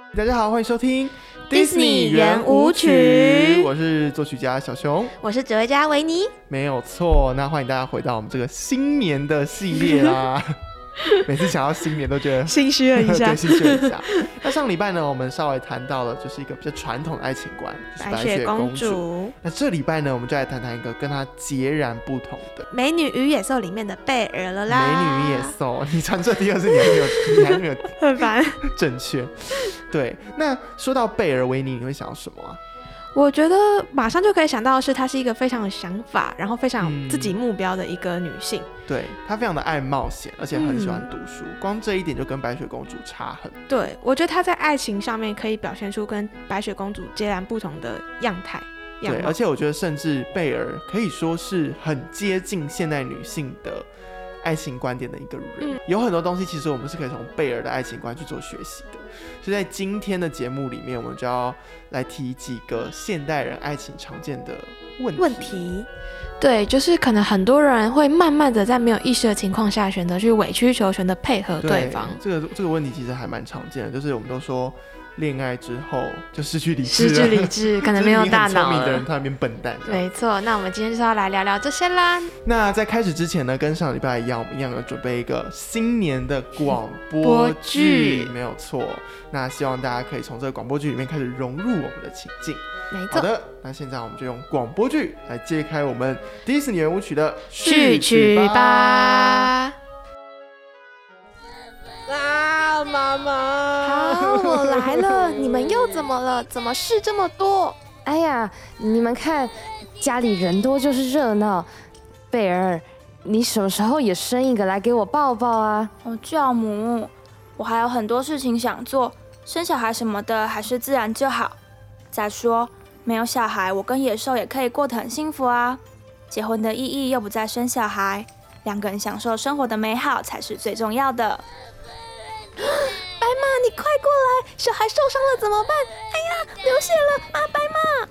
大家好，欢迎收听 Disney 圆舞曲， 我是作曲家小熊， 我是指挥家维尼， 没有错。那欢迎大家回到我们这个新年的系列啦。每次想到新年都觉得心虚了一下， 对，心虚了一下。那上礼拜呢，我们稍微谈到了就是一个比较传统的爱情观，就是白雪公主。那这礼拜呢，我们就来谈谈一个跟它截然不同的《 美女与野兽》里面的贝尔了啦。 美女与野兽，你传这第二次你还没有很烦正确。对，那说到贝尔维尼，你会想到什么啊？ 我觉得马上就可以想到的是，她是一个非常有想法，然后非常有自己目标的一个女性。 对，她非常的爱冒险，而且很喜欢读书。光这一点就跟白雪公主差很多。 对，我觉得她在爱情上面可以表现出跟白雪公主截然不同的样态。 对，而且我觉得甚至贝尔可以说是很接近现代女性的爱情观点的一个人。有很多东西其实我们是可以从贝尔的爱情观去做学习的。所以在今天的节目里面，我们就要来提几个现代人爱情常见的问题。 对，就是可能很多人会慢慢的在没有意识的情况下选择去委曲求全的配合对方。 这个问题其实还蛮常见的，就是我们都说恋爱之后就失去理智了，失去理智，可能没有大脑了， 就是你很聪明的人突然变笨蛋。 没错，那我们今天就是要来聊聊这些啦。 那在开始之前呢，跟上礼拜一样，我们一样有准备一个新年的广播剧，没有错。那希望大家可以从这个广播剧里面开始融入我们的情境。 没错。 好的，那现在我们就用广播剧来揭开我们迪士尼圆舞曲的序曲吧。 妈妈， 好，我来了。你们又怎么了？怎么事这么多？ 哎呀，你们看，家里人多就是热闹。贝尔，你什么时候也生一个来给我抱抱啊？ 教母，我还有很多事情想做，生小孩什么的还是自然就好。再说，没有小孩，我跟野兽也可以过得很幸福啊。结婚的意义又不在生小孩，两个人享受生活的美好才是最重要的。 白马，你快过来！小孩受伤了怎么办？哎呀，流血了啊！白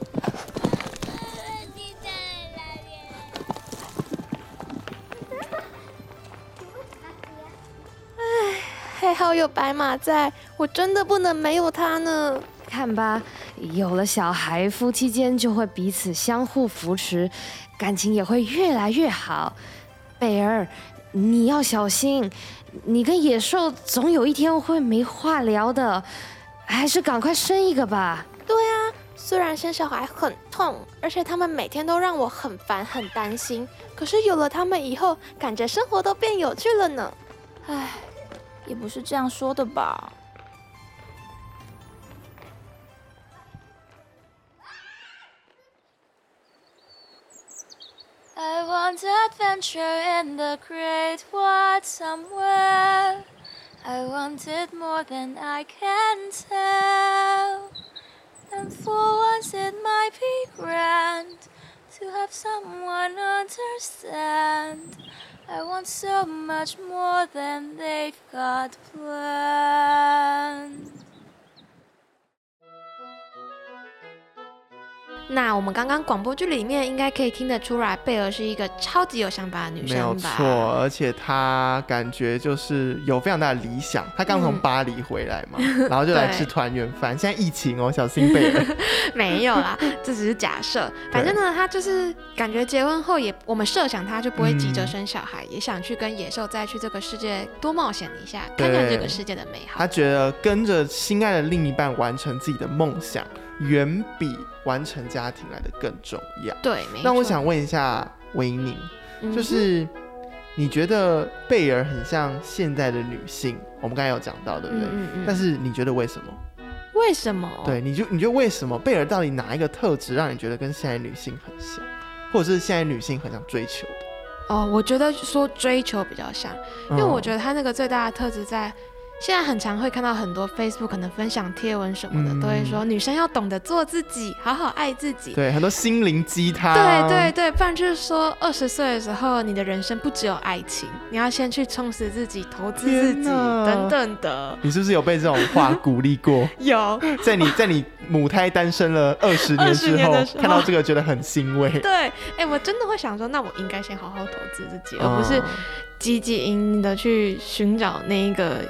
马，哎，还好有白马在，我真的不能没有他呢。 看吧，有了小孩，夫妻间就会彼此相互扶持，感情也会越来越好。贝尔，你要小心。你跟野兽总有一天会没话聊的，还是赶快生一个吧。 对啊，虽然生小孩很痛，而且他们每天都让我很烦很担心，可是有了他们以后，感觉生活都变有趣了呢。 唉，也不是这样说的吧。I want adventure in the great wide somewhere. I want it more than I can tell. And for once it might be grand to have someone understand. I want so much more than they've got planned. 那我们刚刚广播剧里面应该可以听得出来，贝尔是一个超级有想法的女生吧？ 没有错，而且她感觉就是有非常大的理想。她刚从巴黎回来嘛，然后就来吃团圆饭。现在疫情哦，小心贝尔。 没有啦，这只是假设。反正呢，她就是感觉结婚后我们设想她就不会急着生小孩，也想去跟野兽再去这个世界多冒险一下，看看这个世界的美好。 她觉得跟着心爱的另一半完成自己的梦想，远比完成家庭来的更重要。 对，没错。 那我想问一下维尼，就是你觉得贝尔很像现代的女性？我们刚才有讲到，对不对？但是你觉得为什么？ 为什么？ 对，你觉得为什么贝尔到底哪一个特质让你觉得跟现在女性很像，或者是现在女性很想追求的？ 我觉得说追求比较像，因为我觉得她那个最大的特质在。现在很常会看到很多 Facebook 可能分享贴文什么的，都会说女生要懂得做自己，好好爱自己。 对，很多心灵鸡汤。 对对对，不然就是说20岁的时候，你的人生不只有爱情，你要先去充实自己、投资自己等等的。 你是不是有被这种话鼓励过？ 有， 在你母胎单身了20年之后，看到这个觉得很欣慰。 对，我真的会想说，那我应该先好好投资自己，而不是积极营营的去寻找那一个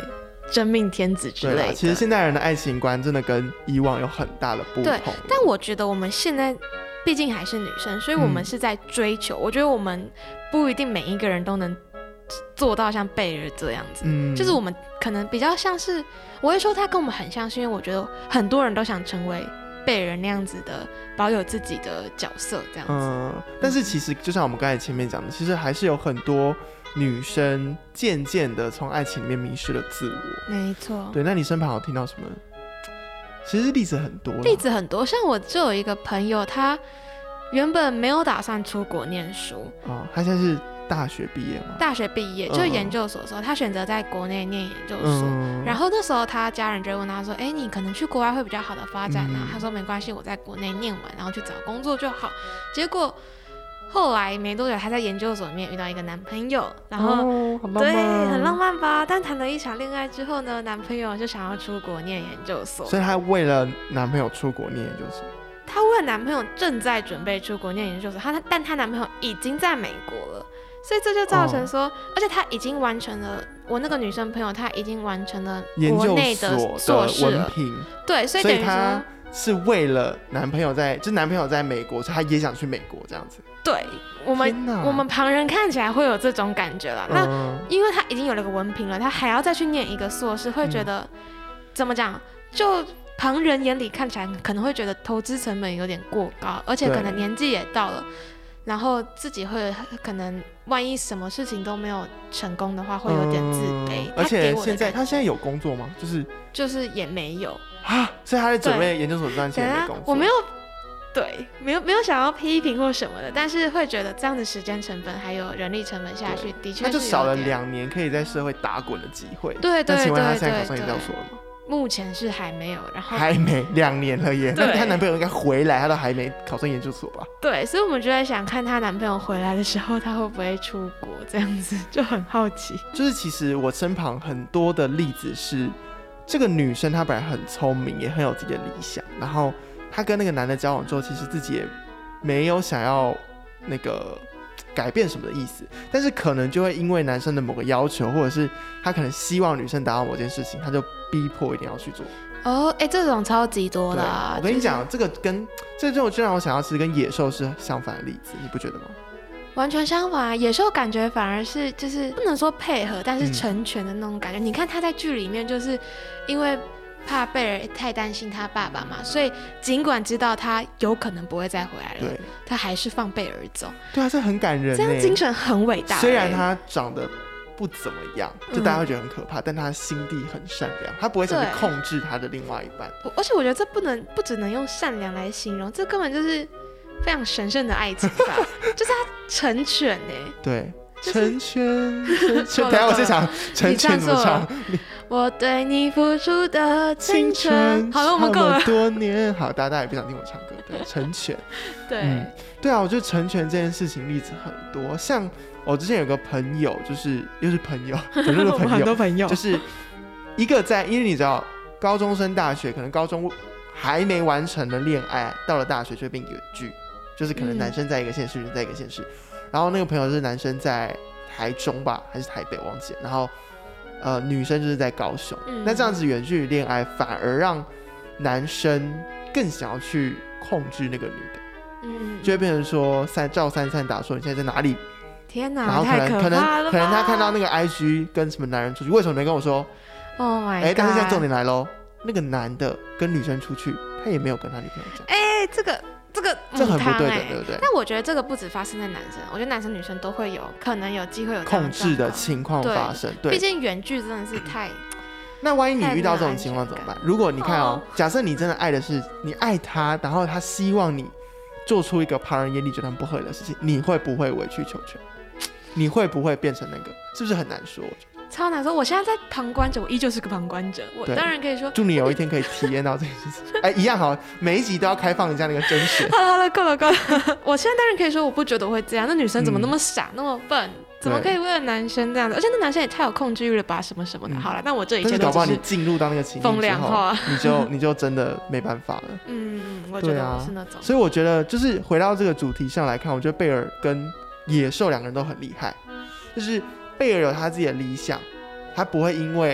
真命天子之类的。 其实现代人的爱情观真的跟以往有很大的不同。 对，但我觉得我们现在毕竟还是女生，所以我们是在追求。我觉得我们不一定每一个人都能做到像贝尔这样子，就是我们可能比较像是，我会说他跟我们很像，是因为我觉得很多人都想成为贝尔那样子的，保有自己的角色这样子。 但是其实就像我们刚才前面讲的，其实还是有很多女生渐渐的从爱情里面迷失了自我。 没错。 对，那你身旁有听到什么？其实例子很多， 像我就有一个朋友，他原本没有打算出国念书， 他现在是大学毕业吗？ 大学毕业就研究所的时候，他选择在国内念研究所，然后那时候他家人就问他说：“哎，你可能去国外会比较好的发展啊？”他说：“没关系，我在国内念完，然后去找工作就好。”结果后来没多久，她在研究所里面遇到一个男朋友，然后对，很浪漫吧？但谈了一场恋爱之后呢，男朋友就想要出国念研究所， 所以她为了男朋友出国念研究所。 她为了男朋友正在准备出国念研究所，但她男朋友已经在美国了，所以这就造成说，而且她已经完成了，我那个女生朋友她已经完成了国内的硕士文凭， 对，所以等于说。 是为了男朋友就是男朋友在美国，所以她也想去美国这样子。 对，我们旁人看起来会有这种感觉啦。那因为她已经有了个文凭了，她还要再去念一个硕士，会觉得怎么讲？就旁人眼里看起来可能会觉得投资成本有点过高，而且可能年纪也到了，然后自己会可能万一什么事情都没有成功的话，会有点自卑。 而且她现在有工作吗？ 就是也没有。 所以他在准备研究所赚钱没工作。 我没有想要批评或什么的，但是会觉得这样的时间成本还有人力成本下去，的确是他就少了2年可以在社会打滚的机会。 对。 那请问他现在考上研究所了吗？ 目前是还没有，然后还没2年了耶。那她男朋友应该回来，她都还没考上研究所吧？ 对，所以我们就在想，看她男朋友回来的时候，她会不会出国？这样子就很好奇。 就是其实我身旁很多的例子是。这个女生她本来很聪明，也很有自己的理想，然后她跟那个男的交往之后，其实自己也没有想要那个改变什么的意思，但是可能就会因为男生的某个要求，或者是他可能希望女生达到某件事情，他就逼迫一定要去做。 这种超级多的我跟你讲，这个就让我想要其实跟野兽是相反的例子，你不觉得吗？ 完全相反野兽感觉反而是就是不能说配合，但是成全的那种感觉。你看他在剧里面就是因为怕贝尔太担心他爸爸嘛，所以尽管知道他有可能不会再回来了，他还是放贝尔走。 对啊，这很感人， 这样精神很伟大。 虽然他长得不怎么样，就大家会觉得很可怕，但他心地很善良，他不会想去控制他的另外一半。 而且我觉得这不只能用善良来形容，这根本就是非常神圣的爱情吧，就是他成全对，成全。等一下我先想成全怎么唱？ 我对你付出的青春。好了，我们够了。 多年，好，大家也不想听我唱歌。对，成全。对啊，我觉得成全这件事情例子很多。像我之前有个朋友，就是又是朋友，很多朋友，就是一个因为你知道，高中升大学，可能高中还没完成的恋爱，到了大学就会变远距。就是可能男生在一个县市，女生在一个县市，然后那个朋友是男生在台中吧，还是台北忘记了，然后女生就是在高雄。那这样子远距离恋爱，反而让男生更想要去控制那个女的，就会变成说照三餐打说你现在在哪里？ 天哪， 然后可能他看到那个 IG 跟什么男人出去，为什么没跟我说 ？Oh my god！ 但是现在重点来咯，那个男的跟女生出去，他也没有跟他女朋友讲。 这很不对的，对不对？ 但我觉得这个不只发生在男生，我觉得男生女生都会有可能有机会有控制的情况发生。对， 毕竟远距真的是太…… 那万一你遇到这种情况怎么办？如果你看假设你真的爱的是你爱他，然后他希望你做出一个旁人眼里觉得很不合理的事情，你会不会委曲求全？你会不会变成那个？是不是很难说？我觉得超难说。我现在在旁观者，我依旧是个旁观者。我当然可以说， 祝你有一天可以体验到这件事情。一样好，每一集都要开放一下那个甄选。 好了，够了。我现在当然可以说，我不觉得我会这样。那女生怎么那么傻，那么笨？怎么可以为了男生这样子？而且那男生也太有控制欲了吧，什么什么的。好了，那我这一切都搞不好你进入到那个情境风凉话， 你就真的没办法了。 我觉得我是那种。 所以我觉得就是回到这个主题上来看，我觉得贝尔跟野兽2个人都很厉害。就是贝尔有他自己的理想，他不会因为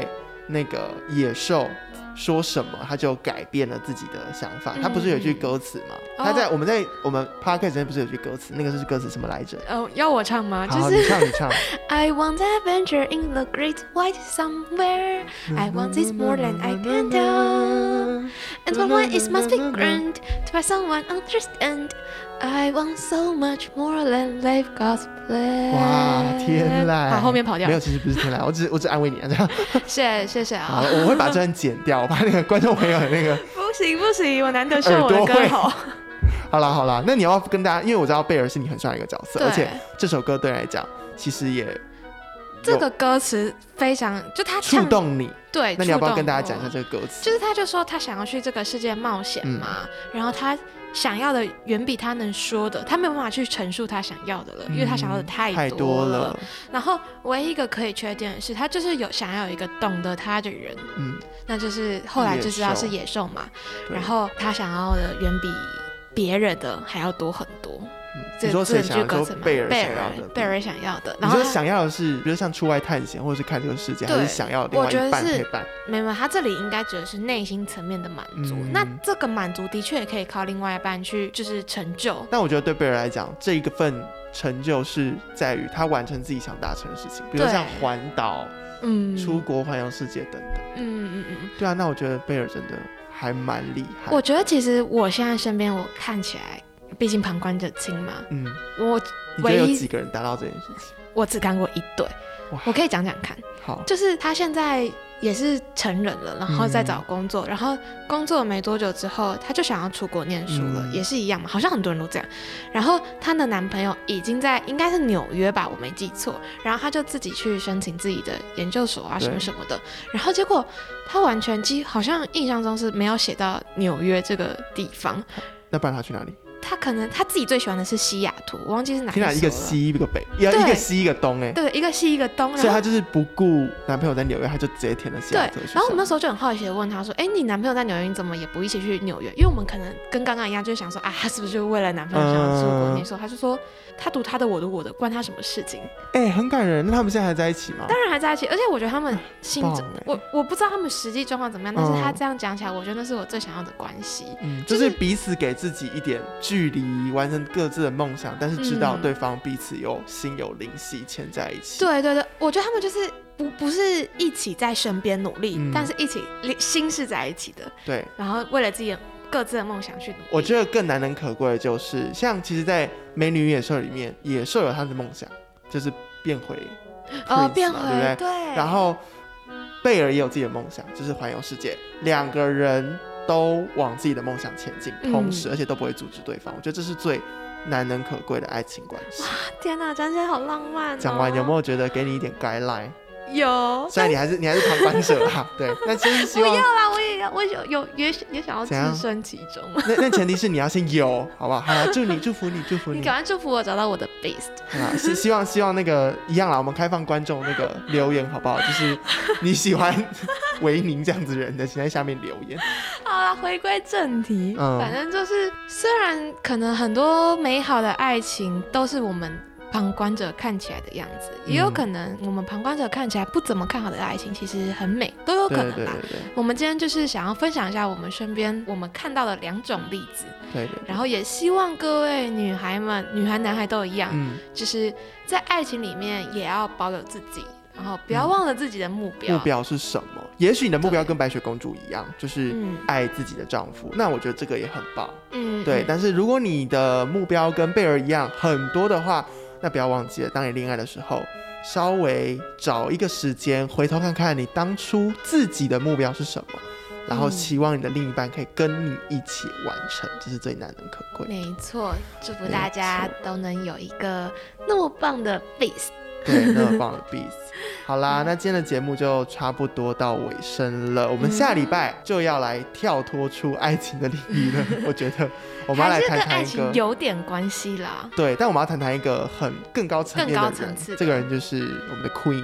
那个野兽说什么，他就改变了自己的想法。他不是有句歌词吗？他在我们 podcast 里面不是有句歌词，那个是歌词什么来着？ 要我唱吗？ 好， 就是你唱。 I want adventure in the great white somewhere. I want this more than I can tell. And for one it must be grand to have someone understand. I want so much more than life God's plan. 哇，天籁！ 好，后面跑掉。 没有，其实不是天籁，我只安慰你啊，这样。 谢谢啊。 好，我会把这段剪掉，我怕那个观众朋友的那个不行，我难得秀我的歌喉。 好啦，那你要跟大家，因为我知道贝尔是你很喜欢的一个角色，而且这首歌对你来讲，其实也这个歌词非常，就他触动你。 对， 那你要不要跟大家讲一下这个歌词？ 就是他就说他想要去这个世界冒险嘛，然后他想要的远比他能说的，他没有办法去陈述他想要的了，因为他想要的太多了。然后唯一一个可以确定的是，他就是想要有一个懂得他的人，那就是后来就知道是野兽嘛。然后他想要的远比别人的还要多很多。 你说谁想要？说贝尔想要的。 你说想要的是，比如像出外探险，或者是看这个世界，还是想要另外一半陪伴？ 没有，他这里应该指的是内心层面的满足。那这个满足的确也可以靠另外一半去就是成就。 但我觉得对贝尔来讲，这一个份成就是在于他完成自己想达成的事情，比如像环岛、出国环游世界等等。对啊，那我觉得贝尔真的还蛮厉害。 我觉得其实我现在身边我看起来。毕竟旁观者清嘛，我你觉得有几个人达到这件事情？ 我只看过一对，我可以讲讲看。 好， 就是他现在也是成人了，然后再找工作，然后工作没多久之后，他就想要出国念书了，也是一样嘛，好像很多人都这样。然后她的男朋友已经在应该是纽约吧，我没记错，然后他就自己去申请自己的研究所啊什么什么的，然后结果他完全好像印象中是没有写到纽约这个地方。 那不然他去哪里？ 他可能他自己最喜欢的是西雅图，我忘记是哪一首了。 一个西一个北，一个西一个东对，一个西一个东。 所以他就是不顾男朋友在纽约，他就直接填了西雅图。 对，然后我们那时候就很好奇的问他说：“你男朋友在纽约，你怎么也不一起去纽约？”因为我们可能跟刚刚一样，就是想说他是不是就为了男朋友想要出国念书？他就说他读他的，我读我的，关他什么事情？ 很感人。那他们现在还在一起吗？ 当然还在一起，而且我觉得他们我不知道他们实际状况怎么样，但是他这样讲起来，我觉得那是我最想要的关系。 就是彼此给自己一点距离，完成各自的梦想，但是知道对方彼此有心有灵犀牵在一起。 对，我觉得他们就是不是一起在身边努力，但是一起心是在一起的。 对， 然后为了自己各自的梦想去努力。 我觉得更难能可贵的就是，像其实，在《美女与野兽》里面，野兽有他的梦想，就是变回 Prince 变回对不对？ 对。 然后贝尔也有自己的梦想，就是环游世界，两个人都往自己的梦想前进，同时而且都不会阻止对方。我觉得这是最难能可贵的爱情关系。 哇，天哪，讲起来好浪漫讲完有没有觉得给你一点 guideline？ 有， 虽然你还是旁观者啦，对，那真是希望不要啦，我也要，我也想要置身其中。 那前提是你要先有，好不好？好啦，祝福你。 你赶快祝福我找到我的 beast。 好啦，希望那个一样啦，我们开放观众那个留言好不好？就是你喜欢维宁这样子人的，请在下面留言。 好啦，回归正题，反正就是虽然可能很多美好的爱情都是我们旁观者看起来的样子，也有可能我们旁观者看起来不怎么看好的爱情其实很美，都有可能啦。对，我们今天就是想要分享一下我们身边我们看到的2种例子。 对， 然后也希望各位女孩们，女孩男孩都一样，就是在爱情里面也要保有自己，然后不要忘了自己的目标。 目标是什么？也许你的目标跟白雪公主一样，就是爱自己的丈夫。那我觉得这个也很棒。对。但是如果你的目标跟贝尔一样很多的话，那不要忘记了，当你恋爱的时候，稍微找一个时间回头看看你当初自己的目标是什么，然后希望你的另一半可以跟你一起完成，这是最难能可贵。 没错，祝福大家都能有一个那么棒的 beast。 对，那么棒的 beast。好啦，那今天的节目就差不多到尾声了。我们下礼拜就要来跳脱出爱情的领域了。我觉得我们要来谈谈一个， 还是跟爱情有点关系啦。 对，但我们要谈谈一个更高层面的人。这个人就是我们的 Queen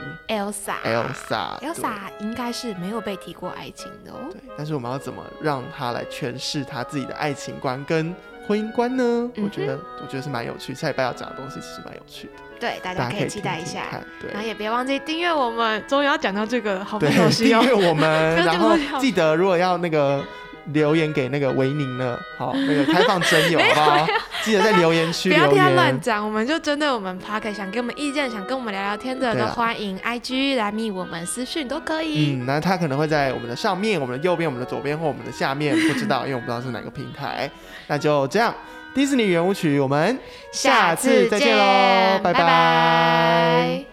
Elsa。Elsa 应该是没有被提过爱情的哦。 对，但是我们要怎么让她来诠释她自己的爱情观跟婚姻观呢？我觉得是蛮有趣，下礼拜要讲的东西其实蛮有趣的。 对，大家可以期待一下。 对， 然后也别忘记订阅我们，终于要讲到这个了，好不对， 熟悉哦。 订阅我们，然后记得如果要那个留言给那个维宁呢，好，那个开放征友好不好？记得在留言区留言。 不要听他乱讲，我们就针对我们 Podcast 想给我们意见、想跟我们聊聊天的，都欢迎 IG 来密我们私讯都可以。 那他可能会在我们的上面、我们的右边、我们的左边或我们的下面，不知道，因为我不知道是哪个平台。那就这样。迪士尼圆舞曲，我们下次再见喽，拜拜。